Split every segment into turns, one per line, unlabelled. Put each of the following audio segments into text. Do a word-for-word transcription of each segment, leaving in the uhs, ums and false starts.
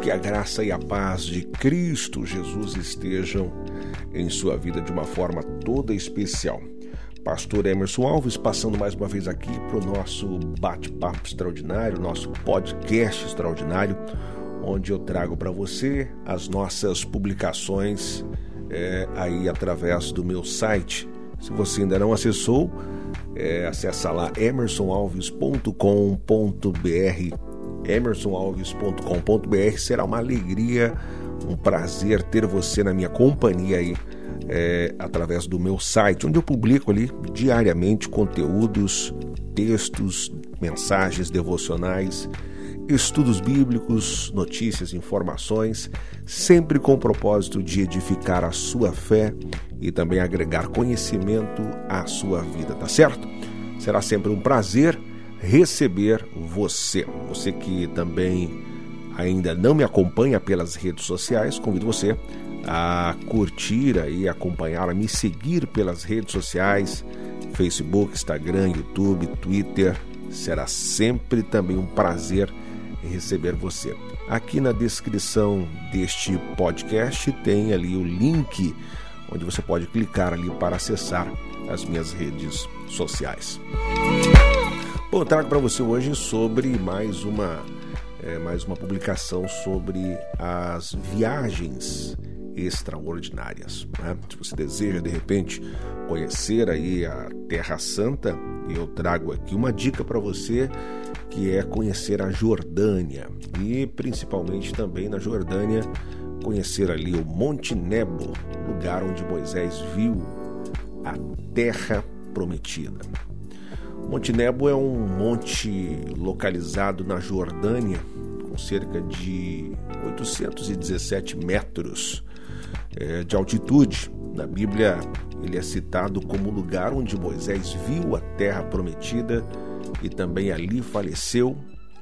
que a graça e a paz de Cristo Jesus estejam em sua vida de uma forma toda especial. Pastor Emerson Alves passando mais uma vez aqui para o nosso bate-papo extraordinário, nosso podcast extraordinário, onde eu trago para você as nossas publicações é, aí através do meu site. Se você ainda não acessou, é, acessa lá emerson alves ponto com ponto br, emerson alves ponto com ponto br. Será uma alegria, um prazer ter você na minha companhia aí, é, através do meu site, onde eu publico ali diariamente conteúdos, textos, mensagens devocionais, estudos bíblicos, notícias, informações, sempre com o propósito de edificar a sua fé e também agregar conhecimento à sua vida, tá certo? Será sempre um prazer receber você. Você que também ainda não me acompanha pelas redes sociais, convido você a curtir e acompanhar, a me seguir pelas redes sociais, Facebook, Instagram, YouTube, Twitter. Será sempre também um prazer receber você. Aqui na descrição deste podcast tem ali o link onde você pode clicar ali para acessar as minhas redes sociais. Bom, eu trago para você hoje sobre mais uma, é, mais uma publicação sobre as viagens extraordinárias, né? Se você deseja de repente conhecer aí a Terra Santa, eu trago aqui uma dica para você, que é conhecer a Jordânia e principalmente também na Jordânia conhecer ali o Monte Nebo, lugar onde Moisés viu a Terra Prometida. Monte Nebo é um monte localizado na Jordânia com cerca de oitocentos e dezessete metros é, de altitude. Na Bíblia ele é citado como o lugar onde Moisés viu a Terra Prometida e também ali faleceu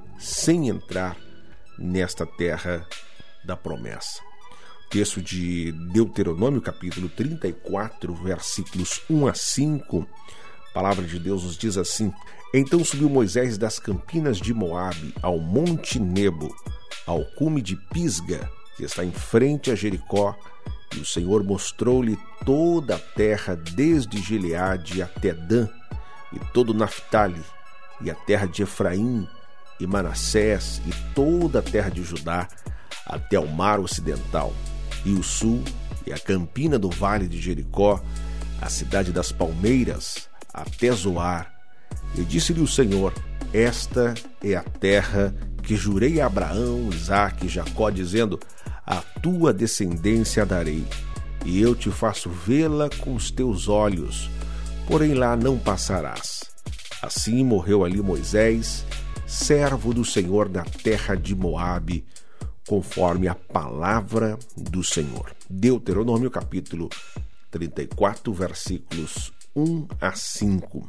sem entrar nesta terra da promessa. Texto de Deuteronômio, capítulo trinta e quatro, versículos um a cinco, a palavra de Deus nos diz assim: Então subiu Moisés das campinas de Moabe ao Monte Nebo, ao cume de Pisga, que está em frente a Jericó, e o Senhor mostrou-lhe toda a terra, desde Gileade até Dan, e todo Naftali, e a terra de Efraim, e Manassés, e toda a terra de Judá, até o mar ocidental, e o sul, e a campina do vale de Jericó, a cidade das palmeiras, até Zoar. E disse-lhe o Senhor: Esta é a terra que jurei a Abraão, Isaque e Jacó, dizendo: A tua descendência darei, e eu te faço vê-la com os teus olhos, porém lá não passarás. Assim morreu ali Moisés, servo do Senhor, na terra de Moabe, conforme a palavra do Senhor. Deuteronômio, capítulo trinta e quatro, versículos um a cinco.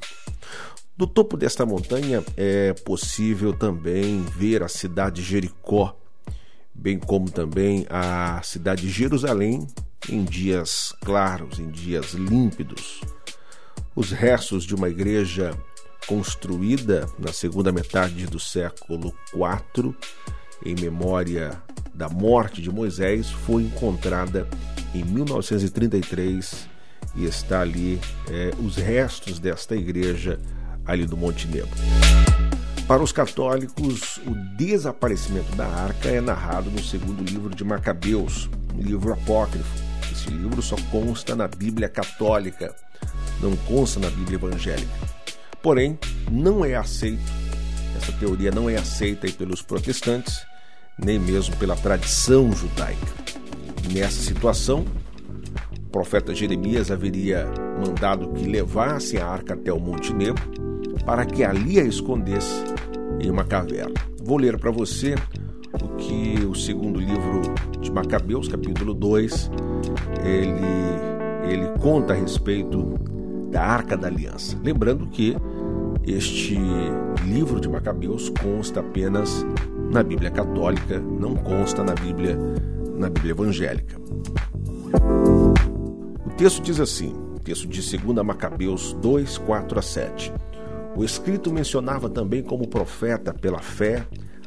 Do topo desta montanha é possível também ver a cidade de Jericó, bem como também a cidade de Jerusalém em dias claros, em dias límpidos. Os restos de uma igreja construída na segunda metade do século quatro, em memória da morte de Moisés, foi encontrada em mil novecentos e trinta e três e está ali é, os restos desta igreja ali do Monte Nebo. Para os católicos, o desaparecimento da arca é narrado no segundo livro de Macabeus, um livro apócrifo. Esse livro só consta na Bíblia católica, não consta na Bíblia evangélica. Porém, não é aceito, essa teoria não é aceita aí pelos protestantes, nem mesmo pela tradição judaica. Nessa situação, o profeta Jeremias haveria mandado que levassem a arca até o Monte Nebo para que ali a escondesse em uma caverna. Vou ler para você o que o segundo livro de Macabeus, capítulo dois, ele, ele conta a respeito da Arca da Aliança. Lembrando que este livro de Macabeus consta apenas na Bíblia católica, não consta na Bíblia, na Bíblia evangélica. O texto diz assim, o texto de dois Macabeus dois, quatro a sete. O escrito mencionava também como profeta, pela fé,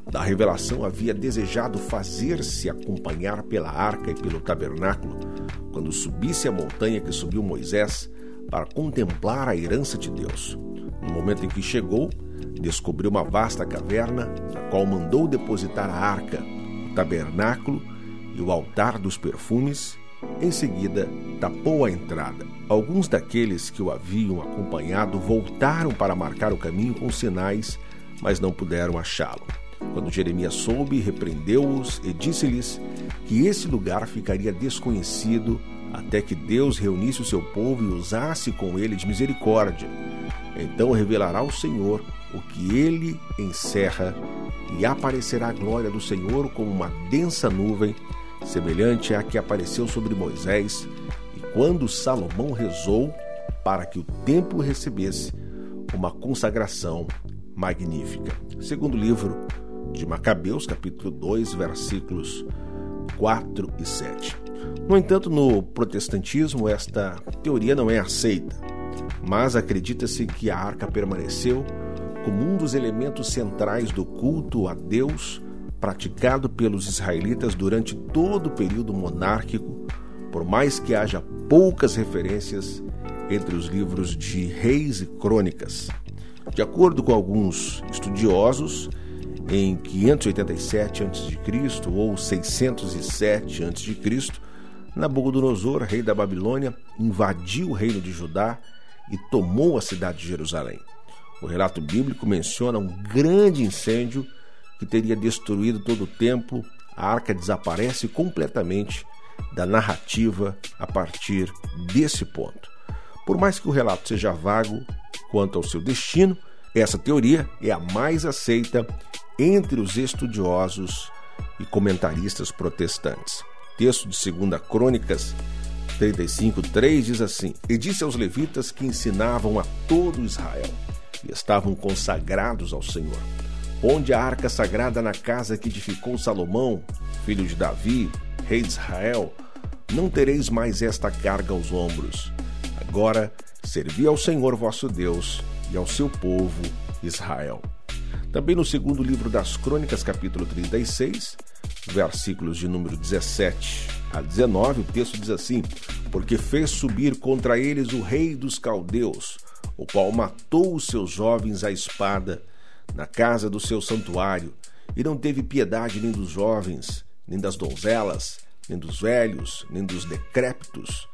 da revelação havia desejado fazer-se acompanhar pela arca e pelo tabernáculo quando subisse a montanha que subiu Moisés para contemplar a herança de Deus. No momento em que chegou, descobriu uma vasta caverna, na qual mandou depositar a arca, o tabernáculo e o altar dos perfumes. Em seguida, tapou a entrada. Alguns daqueles que o haviam acompanhado voltaram para marcar o caminho com sinais, mas não puderam achá-lo. Quando Jeremias soube, repreendeu-os e disse-lhes que esse lugar ficaria desconhecido até que Deus reunisse o seu povo e usasse com ele de misericórdia. Então revelará o Senhor o que ele encerra, e aparecerá a glória do Senhor como uma densa nuvem, semelhante à que apareceu sobre Moisés, e quando Salomão rezou para que o templo recebesse uma consagração magnífica. Segundo livro de Macabeus, capítulo dois, versículos quatro e sete. No entanto, no protestantismo, esta teoria não é aceita, mas acredita-se que a arca permaneceu como um dos elementos centrais do culto a Deus praticado pelos israelitas durante todo o período monárquico, por mais que haja poucas referências entre os livros de Reis e Crônicas. De acordo com alguns estudiosos, em quinhentos e oitenta e sete antes de Cristo ou seiscentos e sete antes de Cristo, Nabucodonosor, rei da Babilônia, invadiu o reino de Judá e tomou a cidade de Jerusalém. O relato bíblico menciona um grande incêndio que teria destruído todo o templo. A arca desaparece completamente da narrativa a partir desse ponto. Por mais que o relato seja vago quanto ao seu destino, essa teoria é a mais aceita entre os estudiosos e comentaristas protestantes. O texto de segunda Crônicas trinta e cinco, três diz assim: E disse aos levitas que ensinavam a todo Israel e estavam consagrados ao Senhor: Onde a arca sagrada na casa que edificou Salomão, filho de Davi, rei de Israel, não tereis mais esta carga aos ombros. Agora servi ao Senhor vosso Deus e ao seu povo Israel. Também no segundo livro das Crônicas, capítulo trinta e seis, versículos de número dezessete a dezenove, o texto diz assim: Porque fez subir contra eles o rei dos caldeus, o qual matou os seus jovens à espada na casa do seu santuário, e não teve piedade nem dos jovens, nem das donzelas, nem dos velhos, nem dos decrépitos.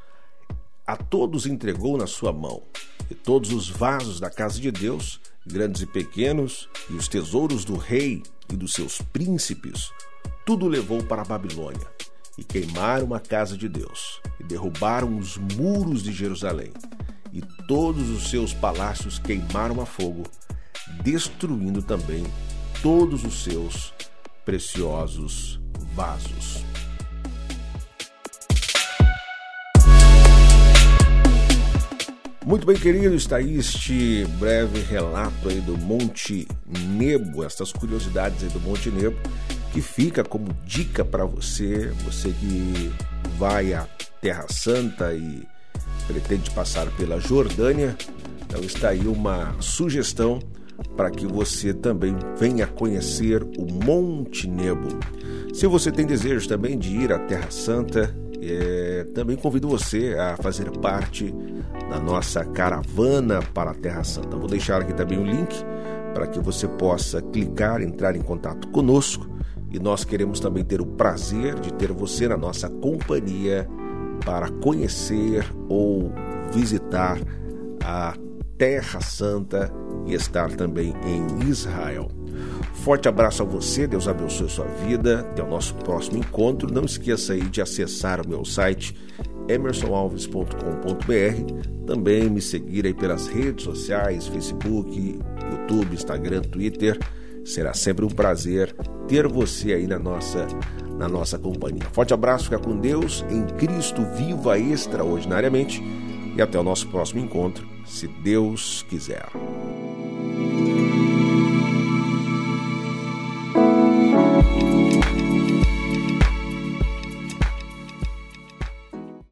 A todos entregou na sua mão, e todos os vasos da casa de Deus, grandes e pequenos, e os tesouros do rei e dos seus príncipes, tudo levou para a Babilônia, e queimaram a casa de Deus, e derrubaram os muros de Jerusalém, e todos os seus palácios queimaram a fogo, destruindo também todos os seus preciosos vasos. Muito bem, querido, está aí este breve relato aí do Monte Nebo, estas curiosidades aí do Monte Nebo, que fica como dica para você, você que vai à Terra Santa e pretende passar pela Jordânia. Então está aí uma sugestão para que você também venha conhecer o Monte Nebo. Se você tem desejo também de ir à Terra Santa, é, também convido você a fazer parte da nossa caravana para a Terra Santa. Vou deixar aqui também o link para que você possa clicar, entrar em contato conosco, e nós queremos também ter o prazer de ter você na nossa companhia para conhecer ou visitar a Terra Santa e estar também em Israel. Forte abraço a você, Deus abençoe a sua vida, até o nosso próximo encontro. Não esqueça aí de acessar o meu site emerson alves ponto com ponto b r, também me seguir aí pelas redes sociais, Facebook, YouTube, Instagram, Twitter. Será sempre um prazer ter você aí na nossa, na nossa companhia. Forte abraço, fica com Deus, em Cristo viva extraordinariamente, e até o nosso próximo encontro, se Deus quiser.